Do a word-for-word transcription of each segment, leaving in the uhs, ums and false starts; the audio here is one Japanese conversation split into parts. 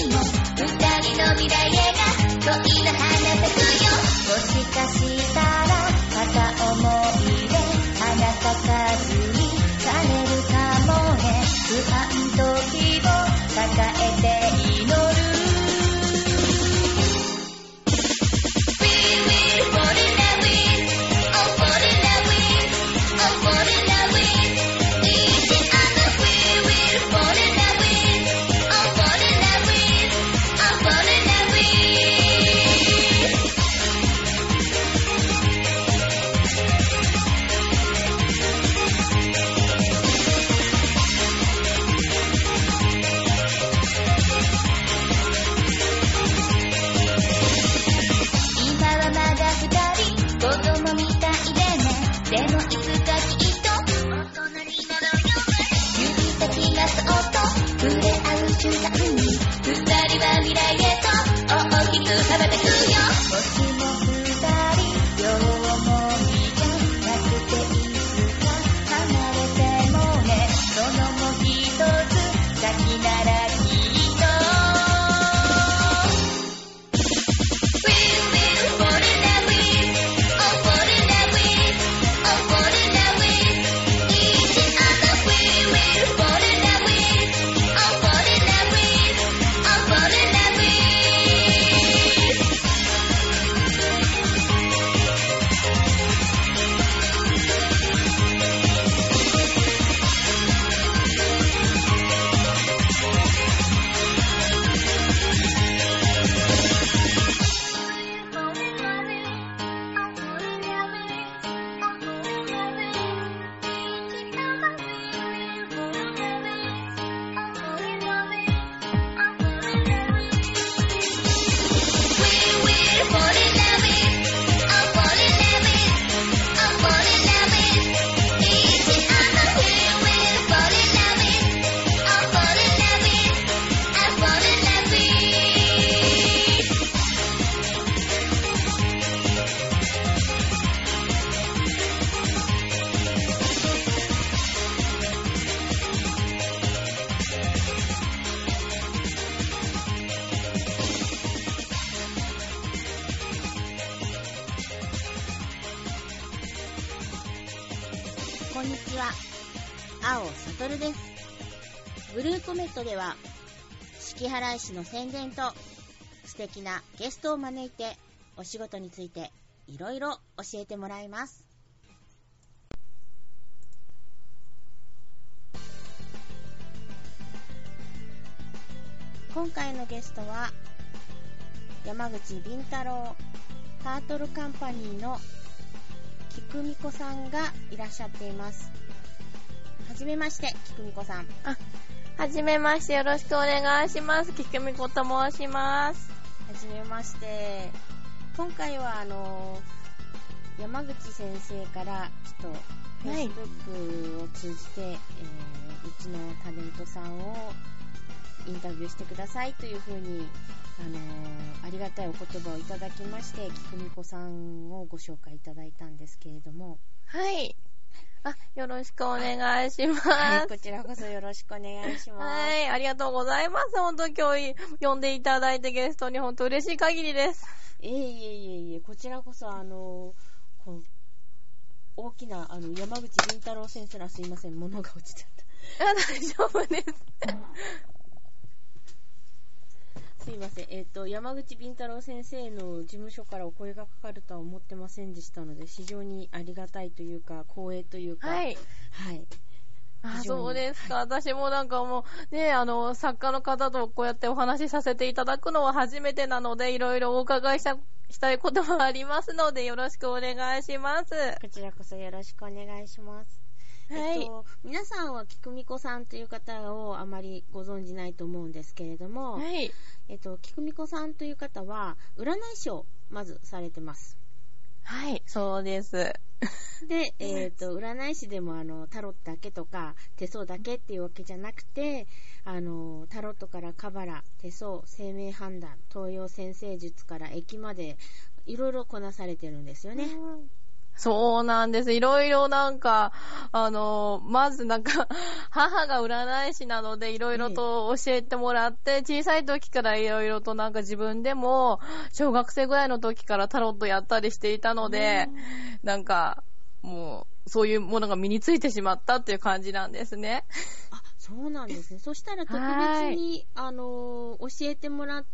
も二人の未来へが恋の花咲くよ。もしかしたら片思いで花咲かずに枯れるかもね。不安と希望抱えて祈る。 こんにちは、青悟です。ブルーコメットでは四季払い師の宣伝と素敵なゲストを招いてお仕事についていろいろ教えてもらいます。今回のゲストは山口敏太郎タートルカンパニーの菊美子さんがいらっしゃっています。はじめまして、菊美子さん。 あ、はじめまして、よろしくお願いします。菊美子と申します。 はじめまして。今回はあの山口先生からちょっと Facebook を通じて、はい、えー、うちのタレントさんをインタビューしてくださいというふうにあのー、ありがたいお言葉をいただきまして、菊美子さんをご紹介いただいたんですけれども。 はい。あ、よろしくお願いします。 はい、こちらこそよろしくお願いします。 はい、ありがとうございます。本当今日呼んでいただいてゲストに本当嬉しい限りです。 いえいえいえいえ、こちらこそあのー、こう大きなあの山口敏太郎先生らすいません、物が落ちちゃった。 あ、大丈夫です。 すいません、えっと、山口敏太郎先生の事務所からお声がかかるとは思ってませんでしたので、非常にありがたいというか、光栄というか、 はい。 はい。 あ、そうですか、 はい。 私もなんかもう、ね、あの、作家の方とこうやってお話しさせていただくのは初めてなので、いろいろお伺いした、したいこともありますので、よろしくお願いします。 こちらこそよろしくお願いします。はい、えっと、皆さんは菊美子さんという方をあまりご存じないと思うんですけれども、 はい、 えっと、菊美子さんという方は占い師をまずされてます。 はい、そうです。 で、えっと、占い師でもあのタロットだけとか手相だけっていうわけじゃなくて、あのタロットからカバラ、手相、生命判断、東洋占星術から易までいろいろこなされてるんですよね。 そうなんです。いろいろなんか、あの、まずなんか、母が占い師なので、いろいろと教えてもらって、小さい時からいろいろとなんか自分でも、小学生ぐらいの時からタロットやったりしていたので、なんか、もう、そういうものが身についてしまったっていう感じなんですね。 あ、そうなんですね。そしたら特別に、あの、教えてもらって、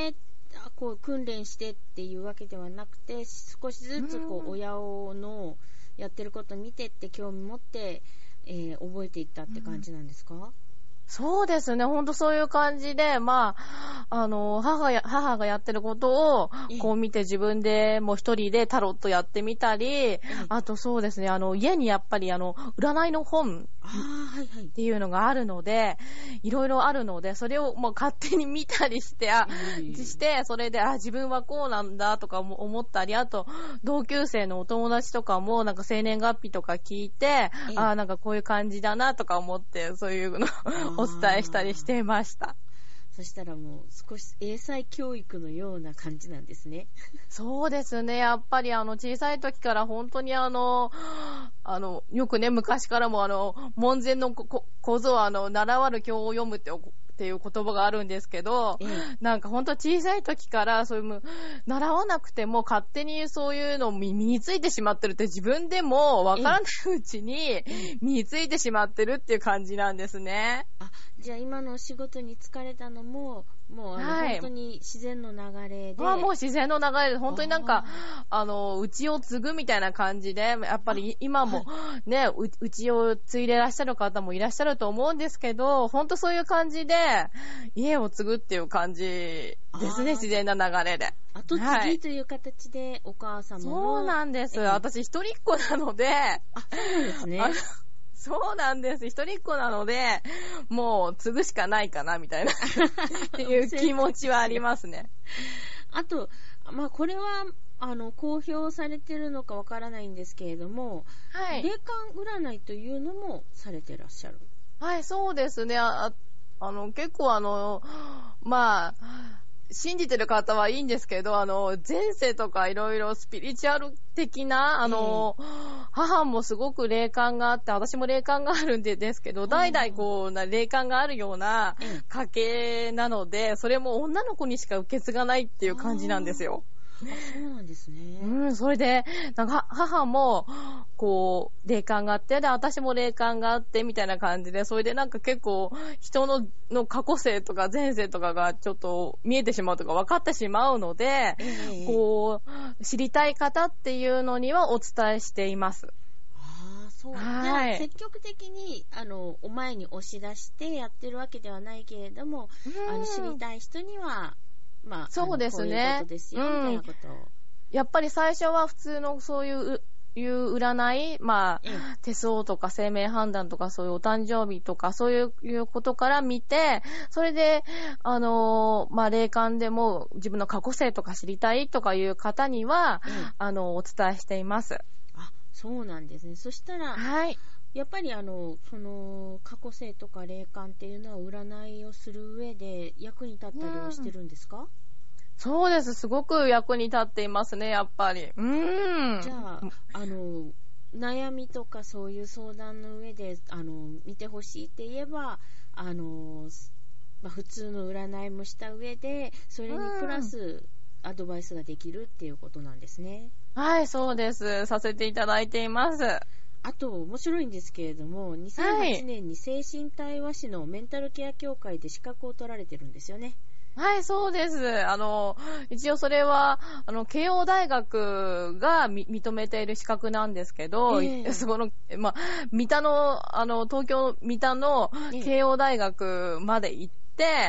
こう訓練してっていうわけではなくて、少しずつこう親のやってることを見てって興味持って、えー、覚えていったって感じなんですか？うん、 そうですね。ほんとそういう感じで、まあ、あの、母や、母がやってることを、こう見て自分でもう一人でタロットやってみたり、あとそうですね、あの、家にやっぱりあの、占いの本っていうのがあるので、いろいろあるので、それをもう勝手に見たりして、あ、して、それで、あ、自分はこうなんだとか思ったり、あと、同級生のお友達とかも、なんか生年月日とか聞いて、あ、なんかこういう感じだなとか思って、そういうのお伝えしたりしていました。 そしたらもう少し英才教育のような感じなんですね。 そうですね。やっぱりあの小さい時から本当にあの、あの、よくね、昔からもあの、門前の小僧はあの、習わぬ経を読むってっていう言葉があるんですけど、ええ、なんかほんと小さい時からそういう習わなくても勝手にそういうの身についてしまってるって自分でもわからないうちに身についてしまってるっていう感じなんですね。 あ、じゃあ今のお仕事に疲れたのももうあの、はい、本当に自然の流れで。 あ、もう自然の流れで、本当になんか、あの、うちを継ぐみたいな感じで、やっぱり今もね、う、うちを継いでらっしゃる方もいらっしゃると思うんですけど、本当そういう感じで、家を継ぐっていう感じですね、自然な流れで。 後継ぎという形で、はい、お母様も。 そうなんです。私一人っ子なので、 あ、そうなんですね。 そうなんです。一人っ子なので、もう継ぐしかないかな、みたいなっていう気持ちはありますね。 あと、まあ、これは、あの、公表されてるのかわからないんですけれども、はい。霊感占いというのもされてらっしゃる。 はい、そうですね。あ、あの、結構あの、まあ、信じてる方はいいんですけど、あの、前世とかいろいろスピリチュアル的な、あの、えー、母もすごく霊感があって、私も霊感があるんでですけど、代々こうな霊感があるような家系なので、それも女の子にしか受け継がないっていう感じなんですよ。 あ、そうなんですね。 うん、それで、なんか母も、こう、霊感があって、で、私も霊感があって、みたいな感じで、それでなんか結構、人の、の過去世とか前世とかがちょっと見えてしまうとか分かってしまうので、えー、こう、知りたい方っていうのにはお伝えしています。 ああ、そう。はい。積極的に、あの、お前に押し出してやってるわけではないけれども、あの、知りたい人には、まあ、 そうですね。 こういうことですよ、みたいなことを。 やっぱり最初は普通のそういう、いう占い、まあ、手相とか生命判断とかそういうお誕生日とかそういう、いうことから見て、それで、あのー、まあ、霊感でも自分の過去世とか知りたいとかいう方には、あの、お伝えしています。 あ、そうなんですね。そしたら、はい。やっぱりあの、その、過去世とか霊感っていうのは占いをする上で役に立ったりはしてるんですか？うん、 そうです。すごく役に立っていますね、やっぱり。うーん。 じゃあ、あの、悩みとかそういう相談の上で、あの、見てほしいって言えば、あの、まあ、普通の占いもした上で、それにプラスアドバイスができるっていうことなんですね。 はい、そうです。させていただいています。 あと、面白いんですけれども、にせんはちねんに精神対話師のメンタルケア協会で資格を取られてるんですよね。 はい、そうです。あの、一応それは、あの、慶応大学が認めている資格なんですけど、えー、そこの、まあ、三田の、あの、東京三田の慶応大学まで行って、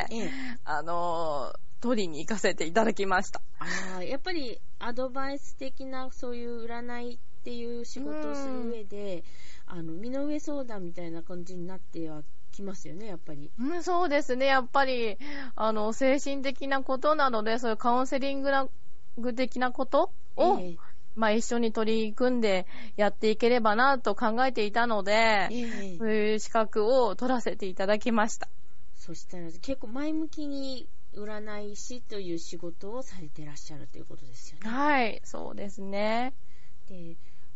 えー、あの、取りに行かせていただきました。 あ、やっぱりアドバイス的なそういう占いっていう仕事をする上で、あの、身の上相談みたいな感じになってはきますよね、やっぱり。 うん、そうですね、やっぱり、あの、精神的なことなので、そういうカウンセリング的なことを、えー、まあ、一緒に取り組んでやっていければなと考えていたので、えー、そういう資格を取らせていただきました。 そしたら、結構前向きに占い師という仕事をされてらっしゃるということですよね。 はい、そうですね。 で、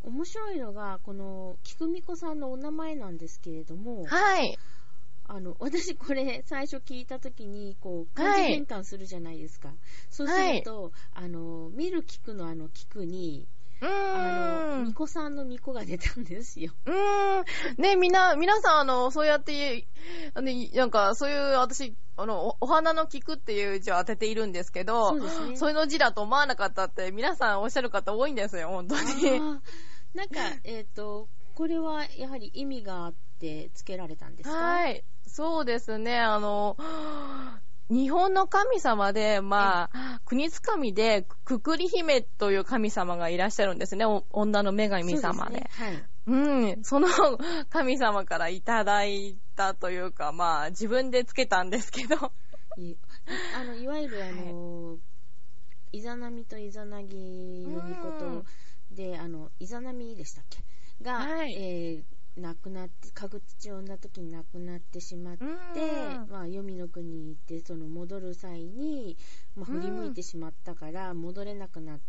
面白いのが、この、菊美子さんのお名前なんですけれども、 はい。 あの、私これ最初聞いたときに、こう、漢字変換するじゃないですか。はい、そうすると、はい、あの、見る菊のあの菊に、 うーん。 あの、みこさんのみこが出たんですよ。 うーん。ね、みな、皆さん、あの、そうやって、ね、なんか、そういう、私、あの、お、お花の菊っていう字を当てているんですけど、 そうですね。 それの字だと思わなかったって、皆さんおっしゃる方多いんですよ、本当に。 なんか、えっと、これはやはり意味があって付けられたんですか？ はい。そうですね、あの、日本の神様で、まあ、国津神で、くくり姫という神様がいらっしゃるんですね。女の女神様で。 そうですね。はい。 うん。その神様からいただいたというか、まあ、自分でつけたんですけど。 い, あのいわゆる、あの、はい、イザナミとイザナギのみことで、あの、イザナミでしたっけが、はい、えー、亡くなって、かぐ土を産んだ時に亡くなってしまって、まあ、黄泉の国に行って、その戻る際に、まあ、振り向いてしまったから、戻れなくなって、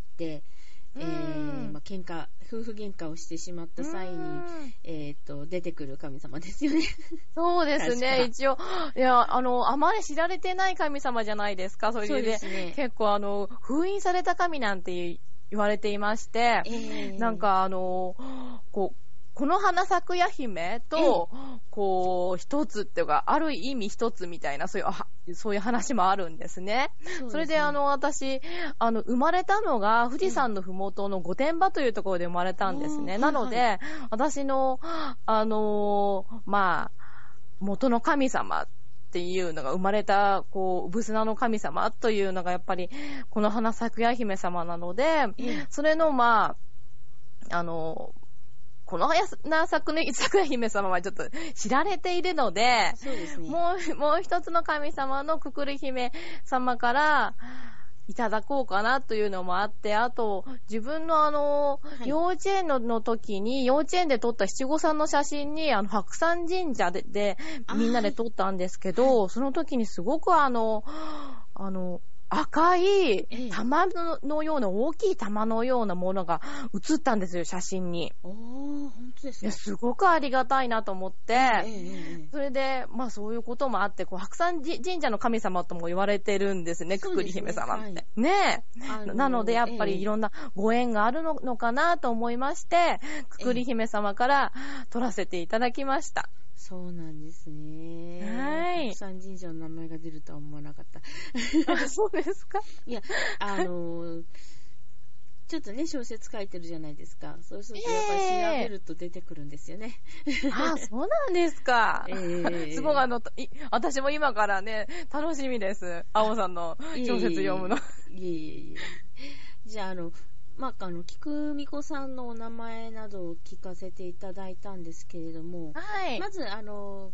えー、まあ、喧嘩、夫婦喧嘩をしてしまった際に、えっと、出てくる神様ですよね。 そうですね、一応。いや、あの、あまり知られてない神様じゃないですか、それで。そうですね。結構、あの、封印された神なんて言われていまして、えー、なんか、あの、こう、この花咲くや姫と、うん、こう、一つっていうか、ある意味一つみたいな、そういう、そういう話もあるんですね。そうですね。それで、あの、私、あの、生まれたのが、富士山のふもとの御殿場というところで生まれたんですね。うん、なので、はいはい、私の、あの、まあ、元の神様っていうのが生まれた、こう、ブスナの神様というのが、やっぱり、この花咲くや姫様なので、うん、それの、まあ、あの、この花咲くや姫様はちょっと知られているので、 そうですね、 もう、もう一つの神様のくくる姫様からいただこうかなというのもあって、あと、自分のあの、はい、幼稚園 の, の時に、幼稚園で撮った七五三の写真に、あの、白山神社 で, でみんなで撮ったんですけど、はい、その時にすごくあの、あの、赤い玉のような、大きい玉のようなものが写ったんですよ、写真に。 おー、本当ですね。 すごくありがたいなと思って、えー、それで、まあそういうこともあって、こう白山神社の神様とも言われてるんですね、くくり姫様って。ね, ねえ、あのー。なのでやっぱりいろんなご縁があるのかなと思いまして、くくり姫様から取らせていただきました。 そうなんですね。はい。白山神社の名前が出るとは思わなかった。 あ、そうですか？ いや、あのー、ちょっとね、小説書いてるじゃないですか。そうするとやっぱり調べると出てくるんですよね。 えー、あ、そうなんですか。えー、すごいあの、私も今からね、楽しみです。青さんの小説読むの。 いえいえいえ。じゃあ、あの、まあ、あの、菊美子さんのお名前などを聞かせていただいたんですけれども、 はい。 まず、あの、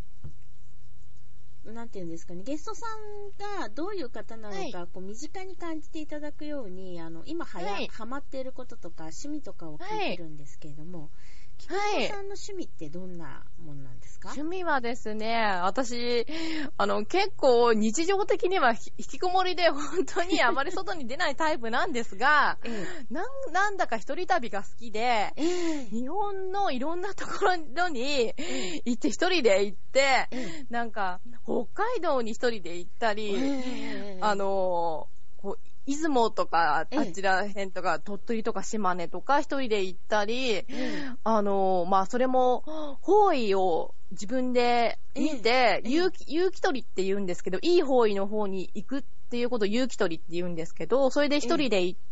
なんていうんですかね、ゲストさんがどういう方なのか、はい、こう身近に感じていただくように、あの、今はや、はい、ハマっていることとか、趣味とかを聞いてるんですけれども、はい、菊美子さんの趣味ってどんなもんなんですか？ 趣味はですね、私、あの、結構日常的には引きこもりで本当にあまり外に出ないタイプなんですが、ええ、な, なんだか一人旅が好きで、え、日本のいろんなところに行って一人で行って、なんか北海道に一人で行ったり、あの、こう出雲とか、あちら辺とか、鳥取とか島根とか一人で行ったり、あの、まあ、それも、方位を自分で見て、有機取りって言うんですけど、いい方位の方に行くっていうことを有機取りって言うんですけど、それで一人で行って、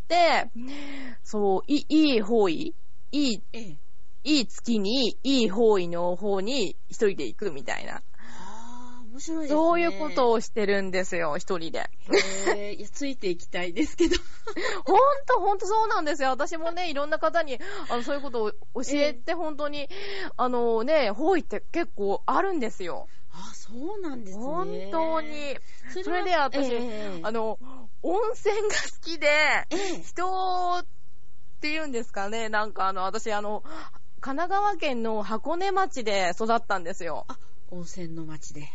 そう、いい方位、いい、いい月に、いい方位の方に一人で行くみたいな。 面白いですね。 そういうことをしてるんですよ、一人で。 えー、いや、ついていきたいですけど。 ほんと、ほんとそうなんですよ。私もね、いろんな方に、あの、そういうことを教えて、えー、本当に、あのね、方位って結構あるんですよ。 あ、そうなんですね。 本当に。それ, それで私、えー、あの、温泉が好きで、えー、人っていうんですかね、なんかあの、私、あの、神奈川県の箱根町で育ったんですよ。 あ、温泉の町で。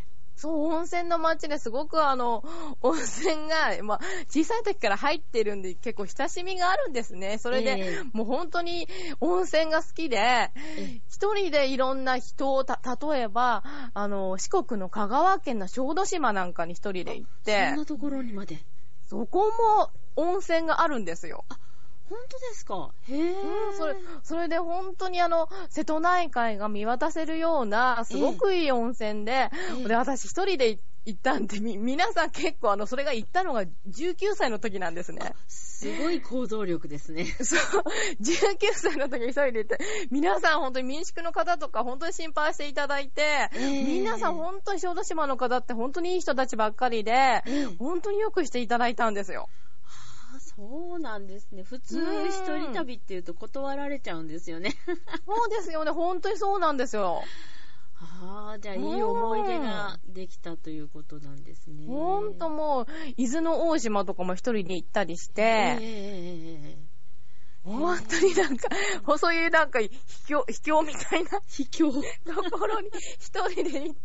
そう、温泉の街ですごくあの、温泉が、まあ、小さい時から入ってるんで結構親しみがあるんですね。それで、えー、もう本当に温泉が好きで、えー、一人でいろんな人をた、例えば、あの、四国の香川県の小豆島なんかに一人で行って、 そんなところにまで。 そこも温泉があるんですよ。 あ、本当ですか。へぇー、 うん、それ、それで本当にあの、瀬戸内海が見渡せるような、すごくいい温泉で、えー、で、私一人で行ったんで、み、皆さん結構あの、それが行ったのがじゅうきゅうさいの時なんですね。 すごい行動力ですね。 そう、じゅうきゅうさいの時に一人で行って、皆さん本当に民宿の方とか本当に心配していただいて、えー、皆さん本当に小豆島の方って本当にいい人たちばっかりで、えー、本当によくしていただいたんですよ。 そうなんですね。普通一人旅っていうと断られちゃうんですよね。 そうですよね。本当にそうなんですよ。 ああ、じゃあいい思い出ができたということなんですね。 本当もう、伊豆の大島とかも一人で行ったりして、えー、本当になんか、そういうなんか秘境、秘境みたいな秘境ところに一人で行って、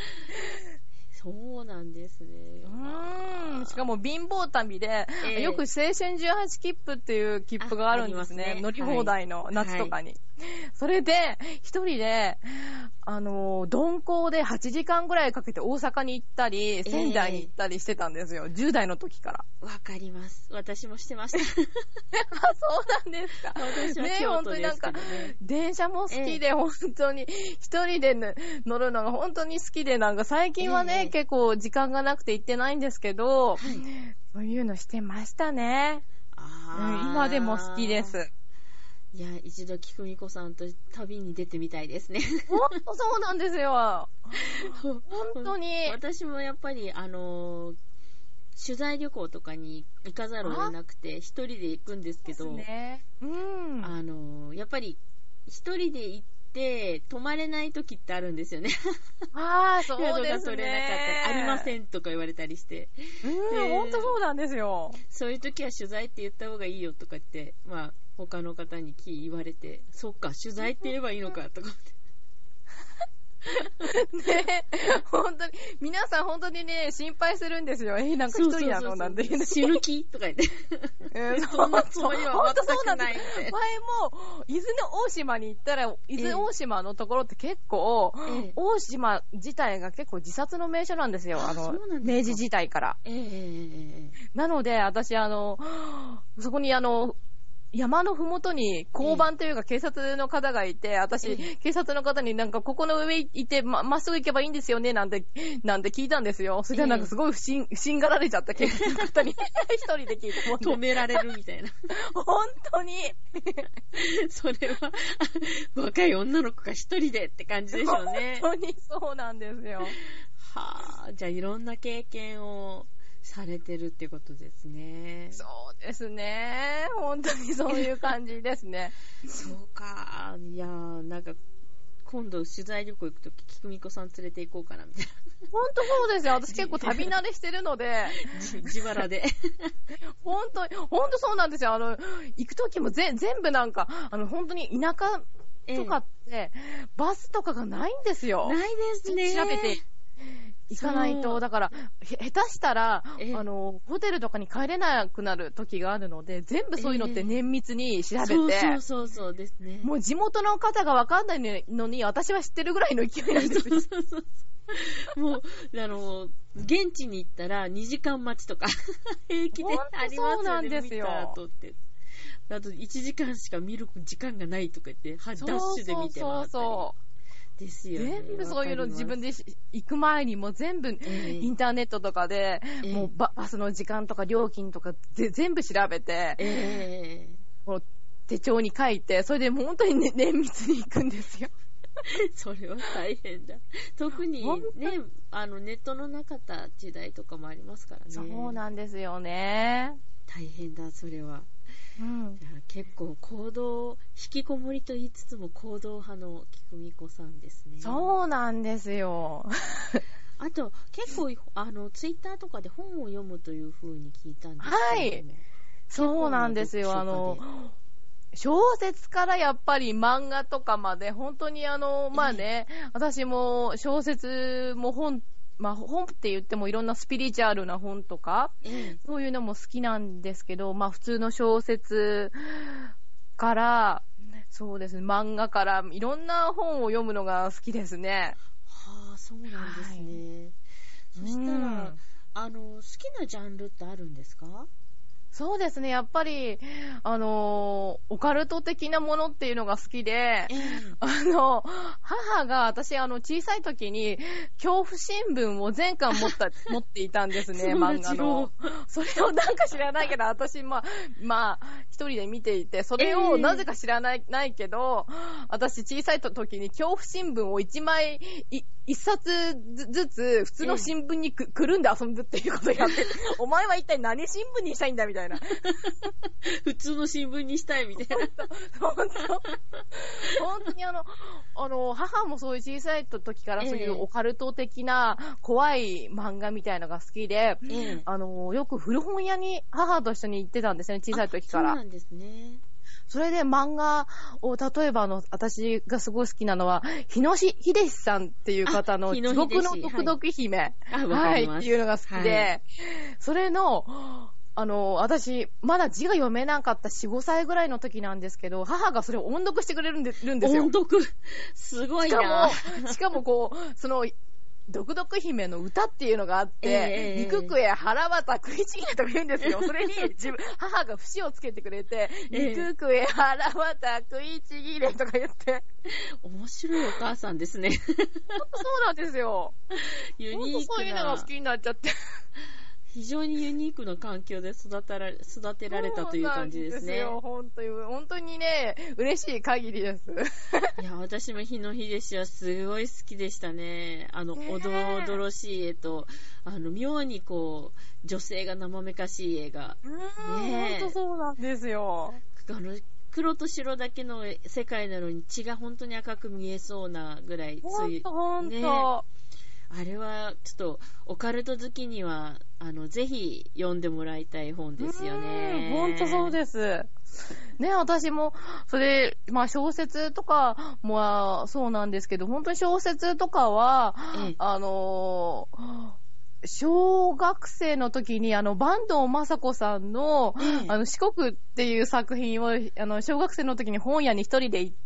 そうなんですね。 うーん。しかも貧乏旅で、えー、よく青春じゅうはち切符っていう切符があるんですね。ありますね。乗り放題の夏とかに。はい、それで、一人で、あの、鈍行ではちじかんぐらいかけて大阪に行ったり、仙台に行ったりしてたんですよ。えー、じゅう代の時から。 わかります。私もしてました。あ、 そうなんですか。 私は京都ですけどね。 ね、電車も好きで、えー、本当に、一人で、ね、乗るのが本当に好きで、なんか最近はね、えー、結構時間がなくて行ってないんですけど、はい、そういうのしてましたね。あ、今でも好きです。 いや、一度きくみこさんと旅に出てみたいですね。 ほんとそうなんですよ。本当に。 私もやっぱり、あのー、取材旅行とかに行かざるを得なくて、一人で行くんですけど、 そうですね、うん、 あのー、やっぱり一人で行って、泊まれない時ってあるんですよね。 ああ、そうですね。 宿が取れなかったり、ありませんとか言われたりして。 うん、ほんとそうなんですよ。 そういう時は取材って言った方がいいよとかって、まあ、他の方に言われて、そっか、取材って言えばいいのか、とかって。 ねえ、本当に、皆さん本当にね、心配するんですよ。え、なんか一人なのなんて言う。 死ぬ気とか言って。えー、そんなつもりは全くないって。 前も、伊豆の大島に行ったら、伊豆大島のところって結構、えー、大島自体が結構自殺の名所なんですよ。あの、明治時代から。えー、なので、私、あの、そこにあの、山のふもとに交番というか警察の方がいて、私、警察の方になんかここの上行ってま、まっすぐ行けばいいんですよね、なんて、なんて聞いたんですよ。それでなんかすごい不審、不審がられちゃった警察の方に一人で聞いて止められるみたいな。 本当に。 それは、若い女の子が一人でって感じでしょうね。 本当にそうなんですよ。 はぁ、じゃあいろんな経験を、されてるってことですね。 そうですね。本当にそういう感じですね。 そうか。いやー、なんか、今度取材旅行行くとき、きくみこさん連れて行こうかな、みたいな。 本当そうですよ。私結構旅慣れしてるので。 じ自腹で。 本当に、本当そうなんですよ。あの、行くときもぜ全部なんか、あの、本当に田舎とかって、ええ、バスとかがないんですよ。 ないですね。 調べて。行かないと、だから、下手したら、えー、あの、ホテルとかに帰れなくなる時があるので、全部そういうのって綿密に調べて、えー、 そうそうそうですね。 もう地元の方がわかんないのに、私は知ってるぐらいの勢いなんですよ。そうそうそうもう、あの、現地に行ったらにじかん待ちとか、平気でありますよね。そうなんですよ。見た後って。あといちじかんしか見る時間がないとか言って、ダッシュで見て回ったり。そうそうそう。ですよね、 全部そういうの自分で行く前にも全部インターネットとかで、えー、もう バ, バスの時間とか料金とかで全部調べて、えー、この手帳に書いて、それでもう本当に、ね、綿密に行くんですよ。 それは大変だ。特にね、あのネットのなかった時代とかもありますからね。 そうなんですよね。 大変だ、それは。うん、結構行動、引きこもりと言いつつも行動派のきくみこさんですね。 そうなんですよ。 あと結構あのツイッターとかで本を読むという風に聞いたんですけど、 はい、そうなんですよ。あの小説からやっぱり漫画とかまで本当にあのまあね、えー、私も小説も本まあ、本って言ってもいろんなスピリチュアルな本とか、 ええ、 そういうのも好きなんですけど、まあ普通の小説から、そうですね、漫画からいろんな本を読むのが好きですね。 はあ、そうなんですね。はい、そしたら、うん、あの、好きなジャンルってあるんですか？ そうですね、やっぱり、あのー、オカルト的なものっていうのが好きで、 えー、 あの、母が私、あの、小さい時に、恐怖新聞を全巻持った、持っていたんですね、漫画の。それをなんか知らないけど、私、まあ、まあ、一人で見ていて、それをなぜか知らない、えー、ないけど、私、小さい時に恐怖新聞を一枚、い一冊ずつ普通の新聞にく、えー、くるんで遊ぶっていうことをやってて、お前は一体何新聞にしたいんだみたいな。 普通の新聞にしたいみたいな。 本当本当にあの、あの、母もそういう小さい時からそういうオカルト的な怖い漫画みたいなのが好きで、 えー、 あの、よく古本屋に母と一緒に行ってたんですね、小さい時から。 そうなんですね。 それで漫画を、例えばあの、私がすごい好きなのは、日野秀志さんっていう方の、地獄の毒々姫、 はい、 はい、っていうのが好きで、はい、それの、あの、私、まだ字が読めなかったよん、ごさいぐらいの時なんですけど、母がそれを音読してくれるんで、るんですよ。 音読すごいな。 しかも、しかもこう、その、毒々姫の歌っていうのがあって、えー、肉食え、腹渡、食いちぎれとか言うんですよ。それに自分、母が節をつけてくれて、えー、肉食え、腹渡、食いちぎれとか言って。 面白いお母さんですね。 そうなんですよ。 ユニークな。 そういうのが好きになっちゃって。 非常にユニークな環境で育てられ、育てられたという感じですね。そうなんですよ。 本当に、本当にね、嬉しい限りです。 いや、私も日野秀志はすごい好きでしたね。あの、おどろおどろしい絵と、あの、妙にこう、女性が生めかしい絵が。 ね、本当そうなんですよ。 あの、黒と白だけの世界なのに血が本当に赤く見えそうなぐらい、そういう。 本当、 ね、あれは、ちょっと、オカルト好きには、あの、ぜひ読んでもらいたい本ですよね。 ほんとそうです。ね、私も、それ、まあ小説とかもそうなんですけど、本当に小説とかは、ええ、あのー、小学生の時にあの坂東雅子さんの、ええ、あの四国っていう作品をあの小学生の時に本屋に一人で行って、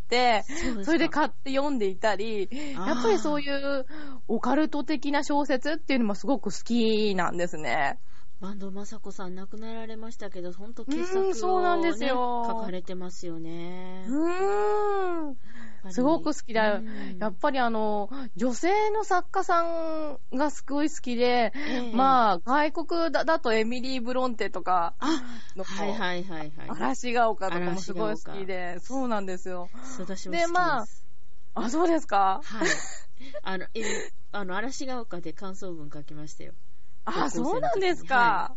それで買って読んでいたり、やっぱりそういうオカルト的な小説っていうのもすごく好きなんですね。 坂東雅子さん亡くなられましたけど、本当傑作を、ね、 そうなんですよ。 書かれてますよね。 うーん。すごく好きだよ。やっぱりあの、女性の作家さんがすごい好きで、えー、まあ、外国だ、だとエミリー・ブロンテとかの、 はいはいはいはい。 嵐が丘とかもすごい好きで、そうなんですよ。 私も好きです。 で、まあ、あ、そうですか？ はい。あの、え、あの、嵐が丘で感想文書きましたよ。 あ、そうなんですか。はい、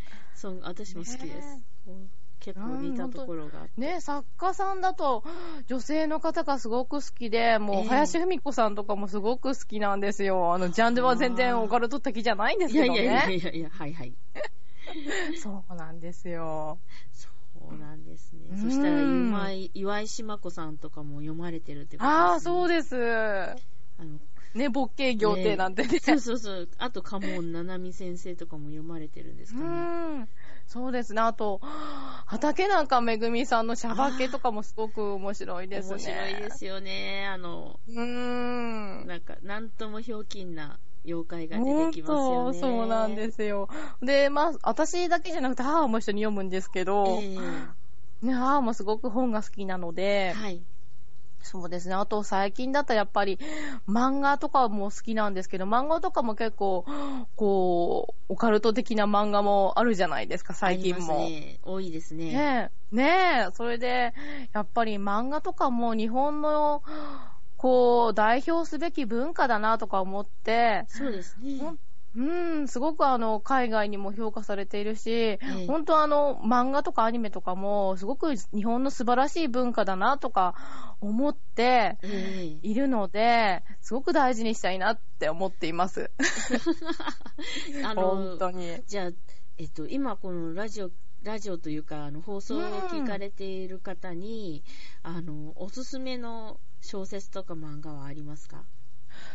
そう、私も好きです。ね、結構似たところがあって。 ね、作家さんだと女性の方がすごく好きで、もう林芙美子さんとかもすごく好きなんですよ。あの、ジャンルは全然オカルト的じゃないんですけどね。 いやいやいやいや、はいはい。 そうなんですよ。 そうなんですね。そしたら岩井、岩井島子さんとかも読まれてるってことですね。 ああ、そうです。あのね、勃形行程なんてね。 そうそうそう。あと、鴨七海先生とかも読まれてるんですかね。 うん。そうですね。あと、畑中めぐみさんのシャバ系とかもすごく面白いですね。 面白いですよね。あの、 うーん。 なんか、なんともひょうきんな妖怪が出てきますよね。 そう、そうなんですよ。で、まあ、私だけじゃなくて母も一緒に読むんですけど、えーね、母もすごく本が好きなので、 はい。 そうですね。あと最近だったらやっぱり漫画とかも好きなんですけど、漫画とかも結構、こう、オカルト的な漫画もあるじゃないですか、最近も。 ありますね。多いですね。 ねえ。ねえ。それで、やっぱり漫画とかも日本の、こう、代表すべき文化だなとか思って、 そうですね。 うん、すごくあの、海外にも評価されているし、ええ、本当あの、漫画とかアニメとかも、すごく日本の素晴らしい文化だなとか思っているので、ええ、すごく大事にしたいなって思っています。あの、本当に。 じゃあ、えっと、今このラジオ、ラジオというか、あの、放送を聞かれている方に、うん、あの、おすすめの小説とか漫画はありますか？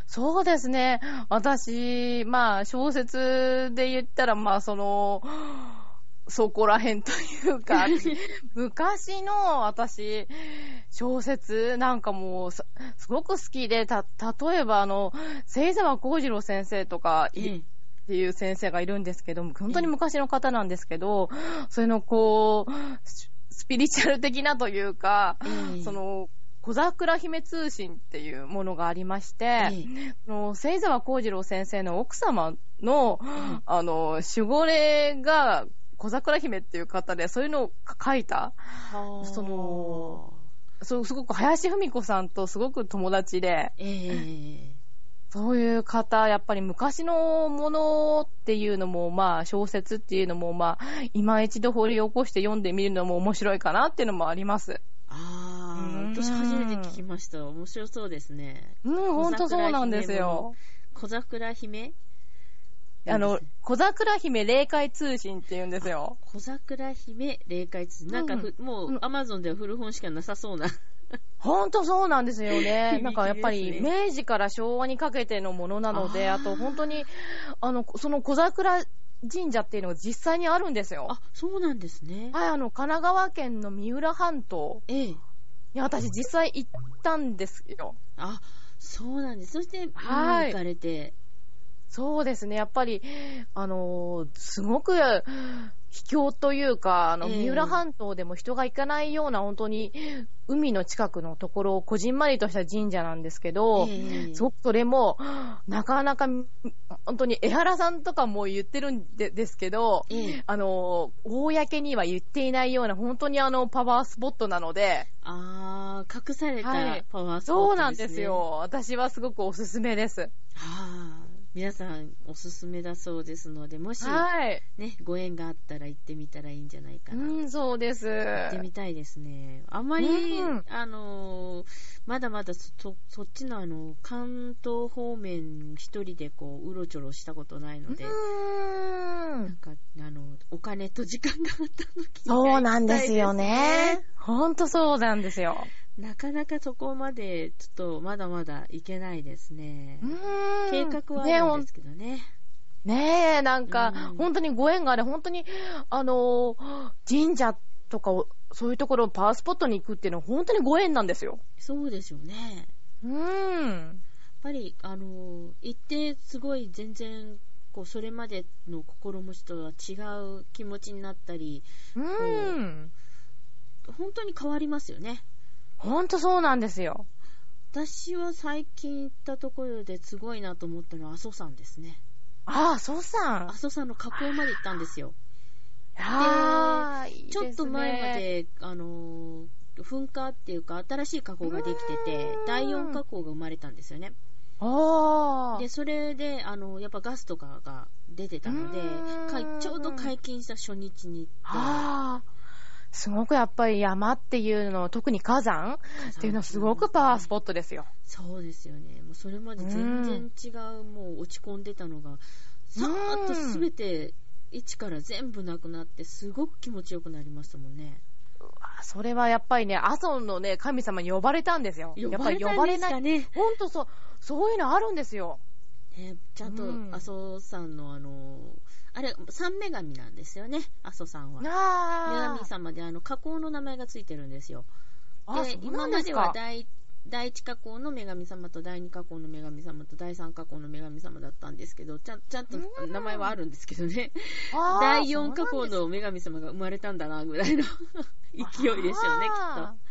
そうですね。私、まあ、小説で言ったら、まあ、その、そこら辺というか、昔の私、小説なんかもうす、すごく好きで、た、例えばあの、末沢幸次郎先生とか、 ええっていう先生がいるんですけども、本当に昔の方なんですけど、それのこう、スピリチュアル的なというか、 ええその、小桜姫通信っていうものがありまして、 ええあの末沢幸次郎先生の奥様の、 んあの、守護霊が小桜姫っていう方で、そういうのを書いた、 はあその、そうすごく林芙美子さんとすごく友達で、 ええそういう方、やっぱり昔のものっていうのも、まあ小説っていうのも、まあ今一度掘り起こして読んでみるのも面白いかなっていうのもあります。 ああ、 うん私初めて聞きました。面白そうですね。 うん、ほんとそうなんですよ。 小桜姫あの、小桜姫霊界通信って言うんですよ。 小桜姫霊界通信。なんかふ、 うんもうアマゾンでは古本しかなさそうな。 ほんとそうなんですよね。 響きですねなんかやっぱり明治から昭和にかけてのものなので、 あーあと本当に、あの、その小桜神社っていうのが実際にあるんですよ。 あ、そうなんですね。 はい、あの、神奈川県の三浦半島ええ。 に私実際行ったんですよ。 あ、そうなんです。そして、見にはい行かれて。 そうですね、やっぱり、あのーすごく秘境というか、あの、 ええ三浦半島でも人が行かないような、本当に海の近くのところ、こじんまりとした神社なんですけど、 ええすごくそれも、なかなか、本当に江原さんとかも言ってるんでですけど、 ええあのー公には言っていないような、本当にあの、パワースポットなので、 あー、隠されはいたパワースポットですね。 そうなんですよ。私はすごくおすすめです。 はあ、皆さんおすすめだそうですので、もし、 はい。 ね、ご縁があったら行ってみたらいいんじゃないかな。 うん、そうです。 行ってみたいですね。あんまり、 うんあのーまだまだそ、そっちのあの、関東方面一人でこう、うろちょろしたことないので、 うーなんん。 か、あの、お金と時間があった時にそうなんですよね。ほんとそうなんですよ。 なかなかそこまで、ちょっとまだまだ行けないですね。 うーん計画はあるんですけどね。 ねえ、なんか、 うん本当にご縁があれ、本当に、あのー神社とかを、そういうところ、パワースポットに行くっていうのは本当にご縁なんですよ。 そうでしょうね。 うーん。 やっぱり、あの、行ってすごい全然、こう、それまでの心持ちとは違う気持ちになったり、 うーん。 本当に変わりますよね。 ほんとそうなんですよ。 私は最近行ったところですごいなと思ったのは阿蘇山ですね。 ああ、そうさん。 阿蘇山の火口まで行ったんですよ。 ああ、いいですね。 ちょっと前まで、あの、噴火っていうか新しい火口ができてて、だいよん火口が生まれたんですよね。 ああ。 で、それで、あの、やっぱガスとかが出てたので、かいちょうど解禁した初日に行って、 ああ。すごくやっぱり山っていうの、特に火山っていうのはすごくパワースポットですよ。 そうですよね。もうそれまで全然違う、もう落ち込んでたのが、さーっとすべて一から全部なくなって、すごく気持ちよくなりましたもんね。 うわそれはやっぱりね、阿蘇のね、神様に呼ばれたんですよ。 呼やっぱりばれたん呼ばれない。 ですかね。 ほんとそう、そういうのあるんですよ。 ね、ちゃんとうん阿蘇山のあの、あれ、三女神なんですよね、阿蘇山は。女あ神様であの火口の名前がついてるんですよ。 あ、 で、 そうな今まんですか。 では第第一火口の女神様と第二火口の女神様と第三火口の女神様だったんですけど、ちゃんちゃんと名前はあるんですけどね。 あー第四火口の女神様が生まれたんだなぐらいの勢いでしょうね、きっあー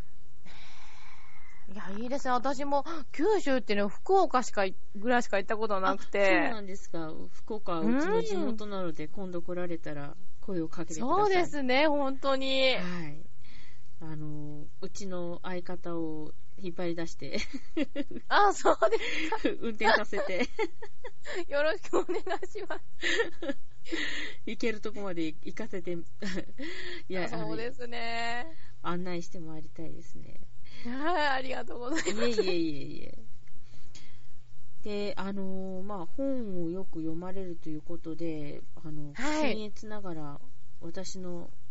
いや、いいですね。私も九州っていうのは福岡しかい、ぐらいしか行ったことと。 なくあそうてな。んですか。福岡はうちの地元なので、今度来られたら声をかけてください。 そうですね、本当に。 はい。あの、うちの相方を引っ張り出してあ、そうです運転させてか。よろしくお願いします。 行けるとこまで行かせていや、 そうですね。 あの案内して回りたいですね。 はい、ありがとうございます。 いえいえいえいえ。で、あのーまあ、本をよく読まれるということで、あの、 はい僭越ながら、私の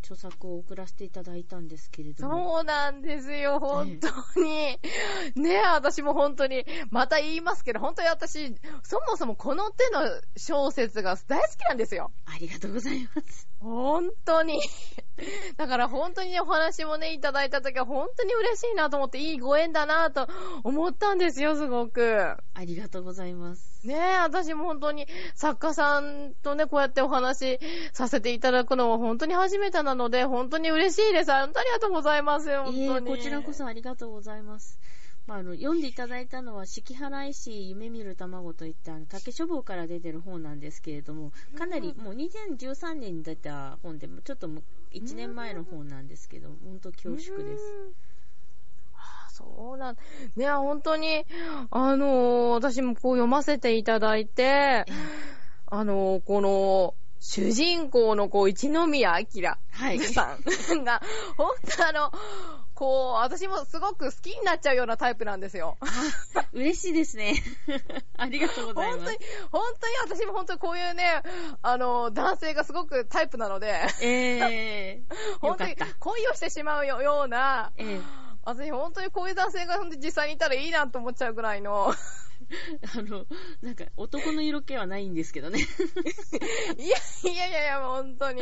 著作を送らせていただいたんですけれども。 そうなんですよ、本当に。ねえ、私も本当に、また言いますけど、本当に私、そもそもこの手の小説が大好きなんですよ。 ありがとうございます。 本当に。だから本当にね、お話もね、いただいたときは本当に嬉しいなと思って、いいご縁だなと思ったんですよ、すごく。 ありがとうございます。 ねえ、私も本当に作家さんとね、こうやってお話しさせていただくのは本当に初めてなので、本当に嬉しいです。本当にありがとうございますよ、本当に。 いえ、こちらこそありがとうございます。まあ、あの読んでいただいたのは敷原石夢見る卵といったあの竹書房から出てる本なんですけれども、かなりもうにせんじゅうさんねんに出た本でもちょっといちねんまえの本なんですけど、本当恐縮です。 あ、そうなんね、本当にあのー、私もこう読ませていただいて、あのー、この主人公のこう一宮明さんが、本当あのこう、私もすごく好きになっちゃうようなタイプなんですよ。 嬉しいですね。ありがとうございます。 本当に、本当に私も本当にこういうね、あの、男性がすごくタイプなので、 えー、 本当に恋をしてしまうような、 えー、 私本当にこういう男性が実際にいたらいいなと思っちゃうぐらいの、 あの、なんか男の色気はないんですけどね。 いやいやいやいや、本当に。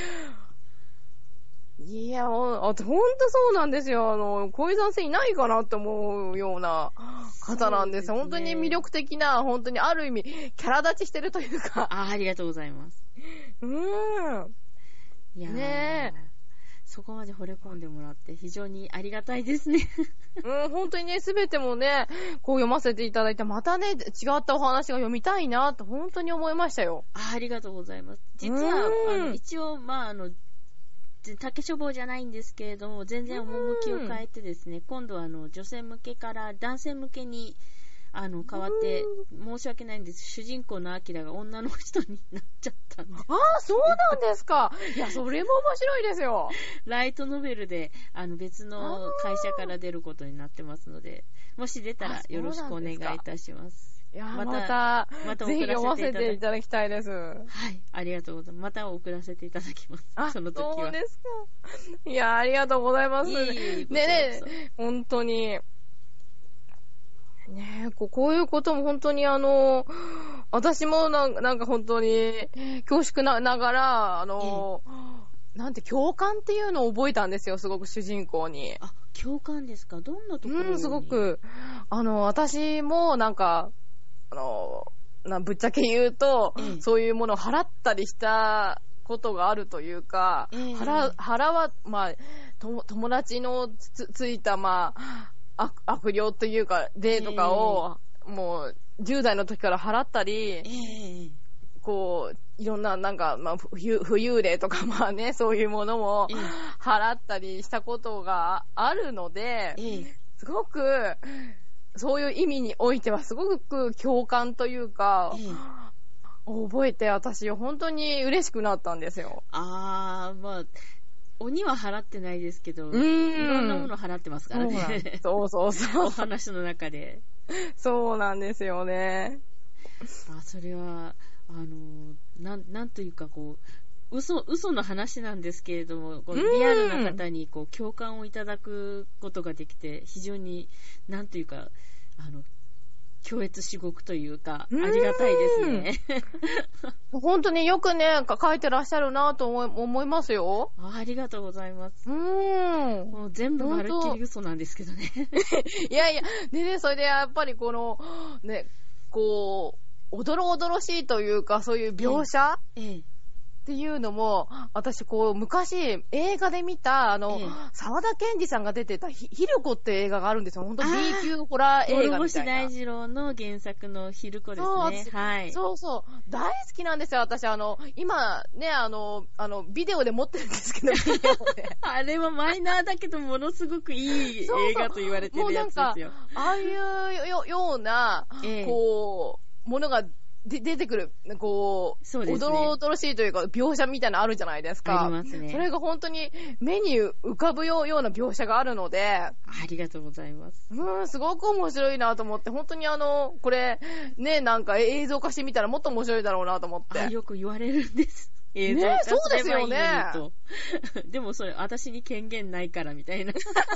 いや、ほん、あ、ほんとそうなんですよ。あの、こういう男性いないかなって思うような方なんです。 そうですね。 本当に魅力的な、本当にある意味、キャラ立ちしてるというか。 あ、ありがとうございます。 うーん。 いやー、 ねえ。 そこまで惚れ込んでもらって非常にありがたいですね。 うん、本当にね、すべてもね、こう読ませていただいて、またね、違ったお話が読みたいなと本当に思いましたよ。 あ、ありがとうございます。実は、あの一応、まあ、あの、竹書房じゃないんですけれども、全然趣を変えてですね、今度はあの女性向けから男性向けにあの変わって、申し訳ないんです、主人公のアキラが女の人になっちゃったんで。 ああ、そうなんですか。いや、それも面白いですよ。 ライトノベルであの別の会社から出ることになってますので、もし出たらよろしくお願いいたします。 いや、 また、 また、 またぜひ読ませていただきたいです。 はい、ありがとうございます。また送らせていただきます。 あ、 その時は。 そうですか。いや、ありがとうございます。 いえいえねね、本当に。ねえ、こう、こういうことも本当にあの、私もなんか、なんか本当に恐縮な、ながら、あの、ええ、なんて共感っていうのを覚えたんですよ、すごく主人公に。 あ、共感ですか？どんなところに？ うん、すごく、あの、私もなんか、あの、なぶっちゃけ言うと、ええ、そういうものを払ったりしたことがあるというか、ええ、払、払わ、まあ、と友達の つ, ついた、まあ、悪霊というか、霊とかを、ええ、もう、じゅう代の時から払ったり、ええ、こう、いろんな、なんか、まあ、浮遊霊とか、まあね、そういうものも払ったりしたことがあるので、ええ、すごく、そういう意味においてはすごく共感というか、ええ、覚えて私本当に嬉しくなったんですよ。 あー、まあ、鬼は払ってないですけど、いろんなもの払ってますからね。 そうそうそう。 お話の中で。 そうなんですよね。 あ、それは、あの、なん、なんというかこう、嘘、嘘の話なんですけれども、こうリアルな方にこう共感をいただくことができて、非常に、なんというか、あの、強烈至極というか、ありがたいですね。 本当によくね、書いてらっしゃるなと思い、思いますよ。 あ、ありがとうございます。 うーん。 もう全部まるっきり嘘なんですけどね。 いやいや、でね、それでやっぱりこの、ね、こう、おどろおどろしいというか、そういう描写、ええええ、っていうのも、私こう、昔映画で見た、あの、ええ、沢田研二さんが出てたひ、ひるこって映画があるんですよ。本当 B 級ホラー映画みたいな。諸星大二郎の原作のひるこですね。はい。 そうそう。大好きなんですよ、私。あの、今、ね、あの、あの、ビデオで持ってるんですけど、ビデオで。 あれはマイナーだけど、ものすごくいい映画と言われてるやつですよ。 そうそう、もうなんか、ああいうよ、ような、ええ、こう、ものが、で出てくる、こう、そうですね、おどろおどろしいというか、描写みたいなのあるじゃないですか。 ありますね。 それが本当に目に浮かぶような描写があるので。ありがとうございます。 うん、すごく面白いなと思って、本当にあの、これ、ね、なんか映像化してみたらもっと面白いだろうなと思って。 あ、よく言われるんです。 映像ね化そうですよねすればいいのにと。でもそれ、私に権限ないからみたいな。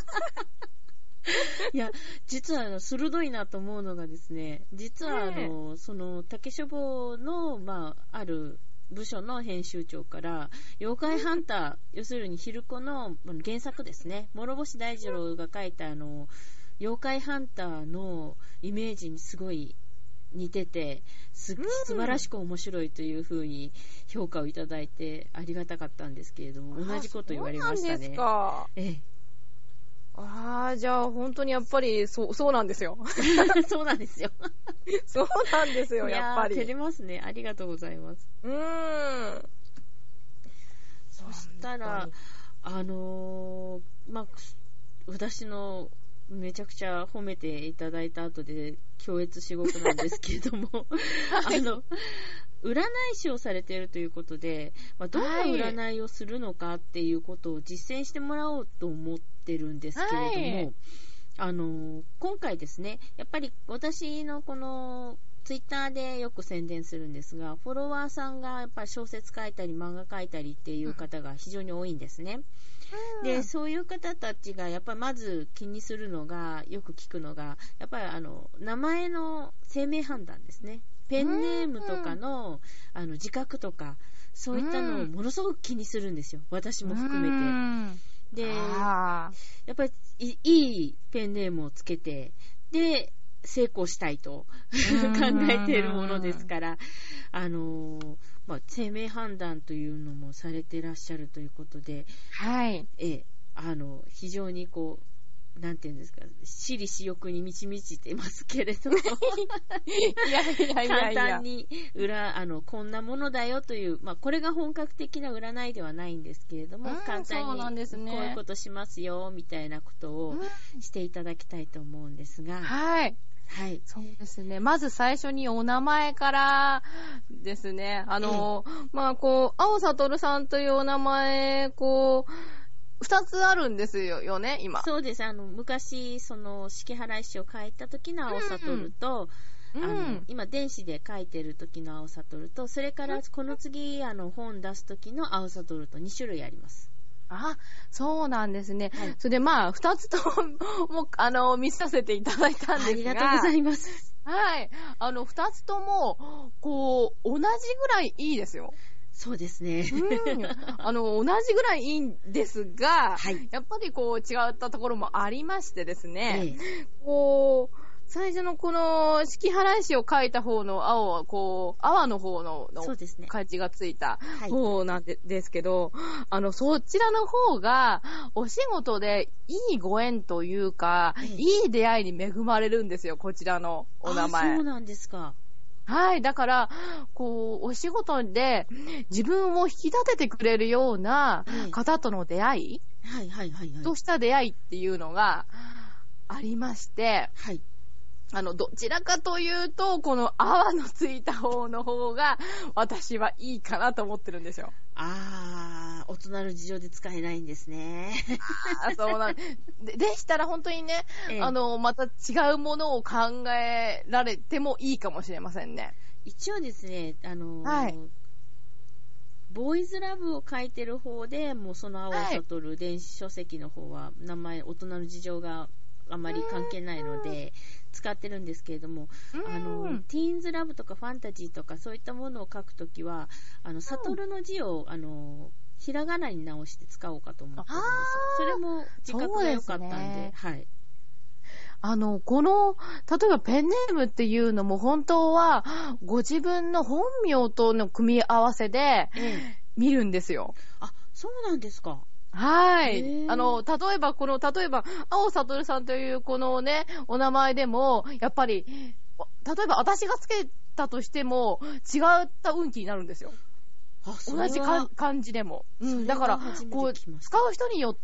いや、実はあの鋭いなと思うのがですね、実はあの、その、竹書房の、まあ、ある部署の編集長から、妖怪ハンター、要するに昼子の原作ですね、諸星大二郎が書いたあの、妖怪ハンターのイメージにすごい似てて、す素晴らしく面白いという風に評価をいただいてありがたかったんですけれども、同じこと言われましたね。 そうなんですか。 ええ。 ああ、じゃあ本当にやっぱりそう、そうなんですよ。 そうなんですよ。 そうなんですよ、やっぱり。 いやー照れますね。ありがとうございます。 うーん。 そしたら、あのー、まあ、私のめちゃくちゃ褒めていただいた後で、強越至極なんですけれども、あの、占い師をされているということで、まあ、どんな占いをするのかっていうことを実践してもらおうと思ってるんですけれども、はい、あの今回ですね、やっぱり私のこのツイッターでよく宣伝するんですが、フォロワーさんがやっぱり小説書いたり漫画書いたりっていう方が非常に多いんですね。うん、で、そういう方たちがやっぱりまず気にするのが、よく聞くのが、やっぱりあの名前の姓名判断ですね。ペンネームとかの、あの自覚とか、そういったのをものすごく気にするんですよ。私も含めて。で、やっぱりいいペンネームをつけて、で、成功したいと考えているものですから、あのー、まあ、姓名判断というのもされていらっしゃるということで、 はい。 え、あの、非常にこう、なんていうんですか、私利私欲に満ち満ちてますけれども、いやいやいやいや、 簡単に裏、あの、こんなものだよという、まあ、これが本格的な占いではないんですけれども、簡単に、こういうことしますよ、みたいなことをしていただきたいと思うんですが、 はい。はい。そうですね。まず最初にお名前からですね。あの、ええ、まあ、こう、青悟さんというお名前、こう、二つあるんですよね、今。 そうです。あの、昔、その、式払い師を書いた時の青悟と、うん、あの、今、電子で書いてる時の青悟と、それから、この次、あの、本出す時の青悟とに種類あります。 あ、そうなんですね。はい、それでまあ、二つとも、あの、見させていただいたんですが。ありがとうございます。 はい。あの、二つとも、こう、同じぐらいいいですよ。 そうですね。 うん。あの、同じぐらいいいんですが、はい、やっぱりこう、違ったところもありましてですね。ええ、こう、最初のこの式払い師を書いた方の青はこう、泡の方の漢字がついた方なんで、ですけど、あの、そちらの方がお仕事でいいご縁というか、はい、いい出会いに恵まれるんですよ、こちらのお名前。 あ、そうなんですか。 はい。だから、こう、お仕事で自分を引き立ててくれるような方との出会い、 はいはいはいはい。 とした出会いっていうのがありまして、 はい。 あの、どちらかというと、この泡のついた方の方が、私はいいかなと思ってるんですよ。 あー、大人の事情で使えないんですね。 あー、そうなんで。でしたら本当にね、ええ、あの、また違うものを考えられてもいいかもしれませんね。 一応ですね、あの、 はい、 ボーイズラブを書いてる方で、もうその青を悟る電子書籍の方は、名前、大人の事情があまり関係ないので、使ってるんですけれども、あの、ティーンズラブとかファンタジーとかそういったものを書くときは、あの、悟るの字を、あの、ひらがなに直して使おうかと思ってるんです。それも自覚が良かったんで、 ね、 はい。 あの、この、例えばペンネームっていうのも本当は、ご自分の本名との組み合わせで見るんですよ。 ええ、あ、そうなんですか。 はい。あの、例えば、この、例えば、青悟さんというこのね、お名前でも、やっぱり、例えば私がつけたとしても、違った運気になるんですよ。 あ、 同じか漢字でも。うん。だから、こう、使う人によって、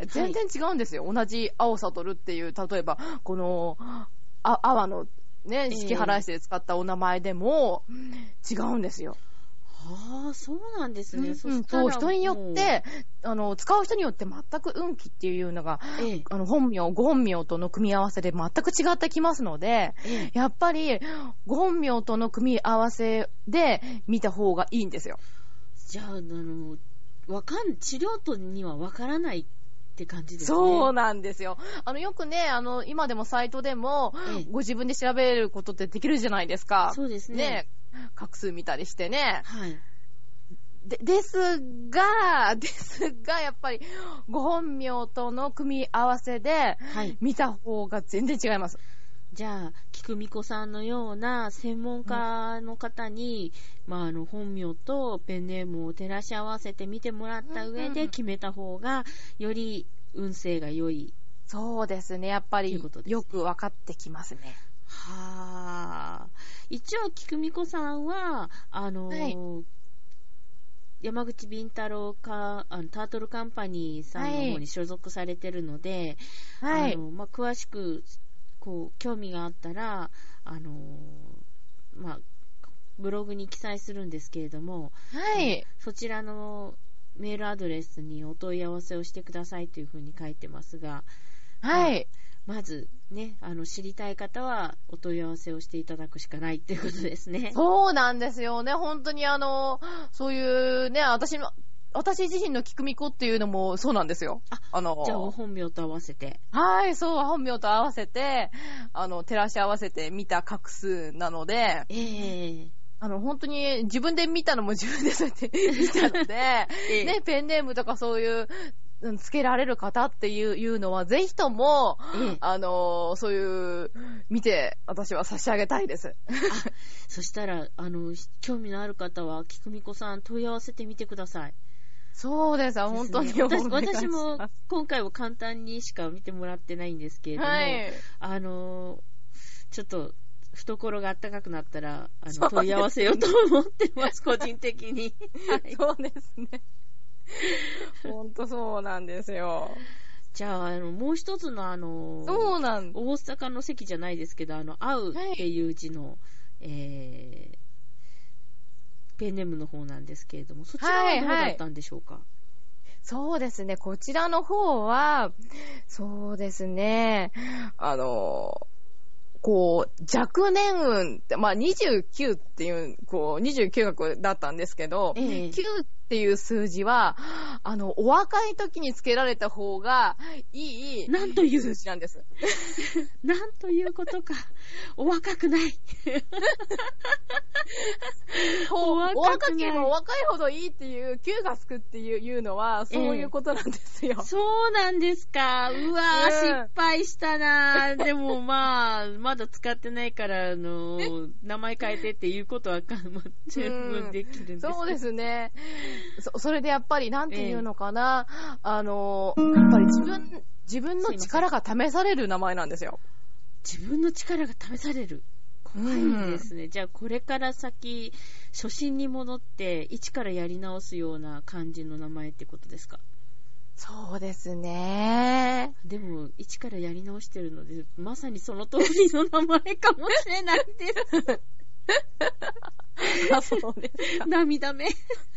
全然違うんですよ。はい、同じ青悟っていう、例えば、この、あ、泡のね、式払い師で使ったお名前でも、違うんですよ。 ああ、そうなんですね。うん、 そしたら人によって、あの、使う人によって全く運気っていうのが、ええ、あの、本名、ご本名との組み合わせで全く違ってきますので、ええ、やっぱり、ご本名との組み合わせで見た方がいいんですよ。 じゃあ、あの、わかん、治療とにはわからないって感じですね。 そうなんですよ。あの、よくね、あの、今でもサイトでも、 ええ、 ご自分で調べることってできるじゃないですか。 そうですね。 ね、画数見たりしてね。 はい。 で、ですが、ですが、やっぱり、ご本名との組み合わせで、見た方が全然違います。 じゃあ、菊美子さんのような専門家の方に、うん、まあ、あの、本名とペンネームを照らし合わせて見てもらった上で決めた方が、より運勢が良い。 そうですね。やっぱり、よく分かってきますね。 はぁ。一応、菊美子さんは、あの、はい、山口敏太郎か、あの、タートルカンパニーさんの方に所属されてるので、はい、あの、まあ、詳しく、こう興味があったら、あのー、まあ、ブログに記載するんですけれども、 はい、 そちらのメールアドレスにお問い合わせをしてくださいというふうに書いてますが、 はい、 まあ、まずね、あの知りたい方はお問い合わせをしていただくしかないっていうことですね。 そうなんですよね。本当にあのそういうね、私の私自身の菊美子っていうのもそうなんですよ。 あ、あの、じゃあ本名と合わせて。 はい、そう、本名と合わせて、あの、照らし合わせて見た画数なので、 えー、 あの、本当に自分で見たのも自分でそうやって見たので、えー、ね、ペンネームとかそういう、つけられる方っていういうのは、ぜひとも、えー、あの、そういう、見て、私は差し上げたいです。 あ、そしたら、あの、興味のある方は、菊美子さん問い合わせてみてください。 そうです、ね、本当に私, 私も今回は簡単にしか見てもらってないんですけれども、はい、あのちょっと懐があったかくなったらあの問い合わせようと思ってます個人的に。 そうですね。本当そうなんですよ。 じゃあ、あのもう一つのあのそうなん大阪の席じゃないですけど、あの会うっていう字の、はい、えーペンネームの方なんですけれども、そちらはどうだったんでしょうか？はいはい、 そうですね、こちらの方は、そうですね、あの、こう、若年運って、まあにじゅうきゅうっていう、こう、にじゅうきゅう学だったんですけど、ええ、きゅうっていう数字は、あの、お若い時につけられた方がいい数字なんです。 なんということか。お若くない。 お若ければお若いほどいいっていう、きゅうがつくっていうのは、そういうことなんですよ。 ええ、そうなんですか。うわー、うん、失敗したな。でもまあ、まだ使ってないから、あの、名前変えてっていうことは、十分できるんです、 うん。そうですね。そ, それでやっぱり、なんていうのかな。ええ、あの、やっぱり自分、自分の力が試される名前なんですよ。 自分の力が試される。怖いですね。うん、じゃあこれから先初心に戻って一からやり直すような感じの名前ってことですか？ そうですね。 でも一からやり直してるのでまさにその通りの名前かもしれないです。 あ、そうですか。 涙目。も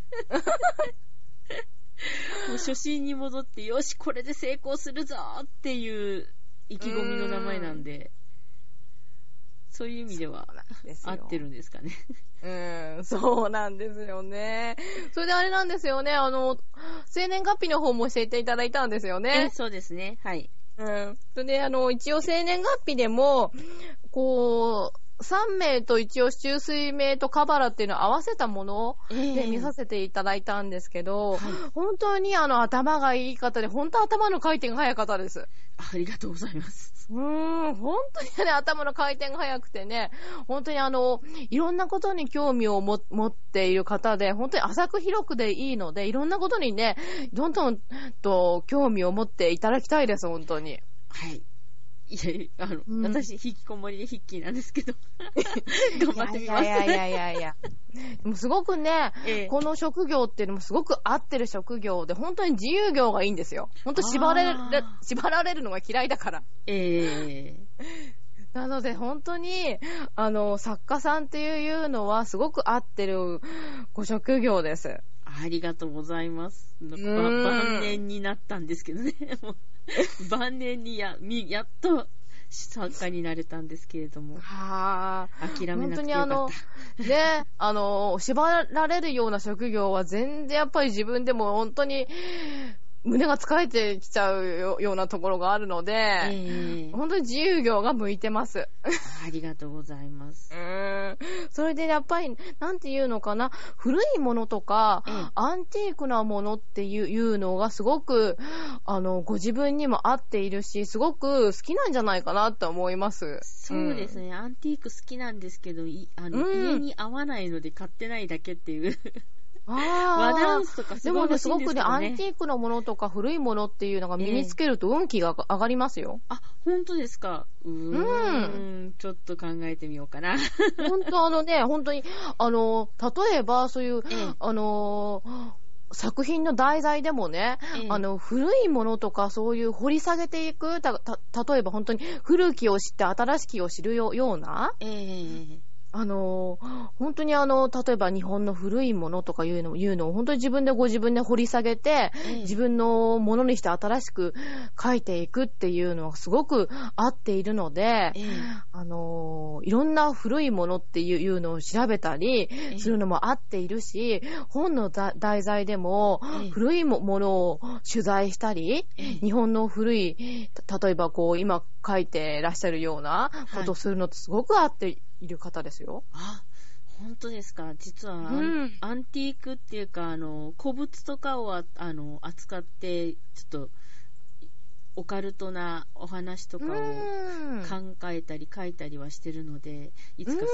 う初心に戻ってよしこれで成功するぞっていう意気込みの名前なんで。そういう意味では合ってるんですかね。 うーん、そうなんですよね。それであれなんですよね。あの、生年月日の方も教えていただいたんですよね。 え、そうですね。はい。 うん。それで、あの、一応生年月日でも、こう、さん名と一応中水名とカバラっていうのを合わせたもので見させていただいたんですけど、えーはい、本当にあの頭がいい方で、本当頭の回転が速い方です。 ありがとうございます。 うーん、本当にね、頭の回転が速くてね、本当にあの、いろんなことに興味をも持っている方で、本当に浅く広くでいいので、いろんなことにね、どんどんと興味を持っていただきたいです、本当に。 はい。いや、あの、うん、私、引きこもりでヒッキーなんですけど、頑張ってみます。 いやいやいやいやいや。でもすごくね、ええ、この職業っていうのもすごく合ってる職業で、本当に自由業がいいんですよ。本当縛れる、縛られるのが嫌いだから。 ええー。 なので本当に、あの、作家さんっていうのはすごく合ってるご職業です。 ありがとうございます。晩年になったんですけどね。もう晩年にや、み、やっと作家になれたんですけれども。 はぁ。 諦めなくてよかった。 本当にあの、ね、あの、縛られるような職業は全然やっぱり自分でも本当に、胸が疲れてきちゃうようなところがあるので、えー、本当に自由業が向いてます。 ありがとうございます。 うーん。それでやっぱり、なんていうのかな、古いものとか、えー、アンティークなものっていうのがすごく、あの、ご自分にも合っているし、すごく好きなんじゃないかなって思います。 そうですね、うん、アンティーク好きなんですけど、いあの、うん、家に合わないので買ってないだけっていう。 あ和ダンスとかすごい欲しいんですけどね。 でもね、すごくね、アンティークのものとか古いものっていうのが身につけると運気が上がりますよ。 えー、あ、本当ですか。うーん、うん。ちょっと考えてみようかな。 本当あのね、本当に、あの、例えばそういう、えー、あの、作品の題材でもね、えー、あの、古いものとかそういう掘り下げていく、た、た、例えば本当に古きを知って新しきを知るような、えーあの、本当にあの、例えば日本の古いものとかいうの、いうのを本当に自分でご自分で掘り下げて、ええ、自分のものにして新しく書いていくっていうのはすごく合っているので、ええ、あの、いろんな古いものっていうのを調べたりするのも合っているし、ええ、本の題材でも古いものを取材したり、ええ、日本の古い、例えばこう今書いてらっしゃるようなことをするのってすごく合っている。いる方ですよ。 あ、本当ですか。実は、うん、アンティークっていうか、あの、古物とかをあの扱って、ちょっと、オカルトなお話とかを考えたり書いたりはしてるので、いつか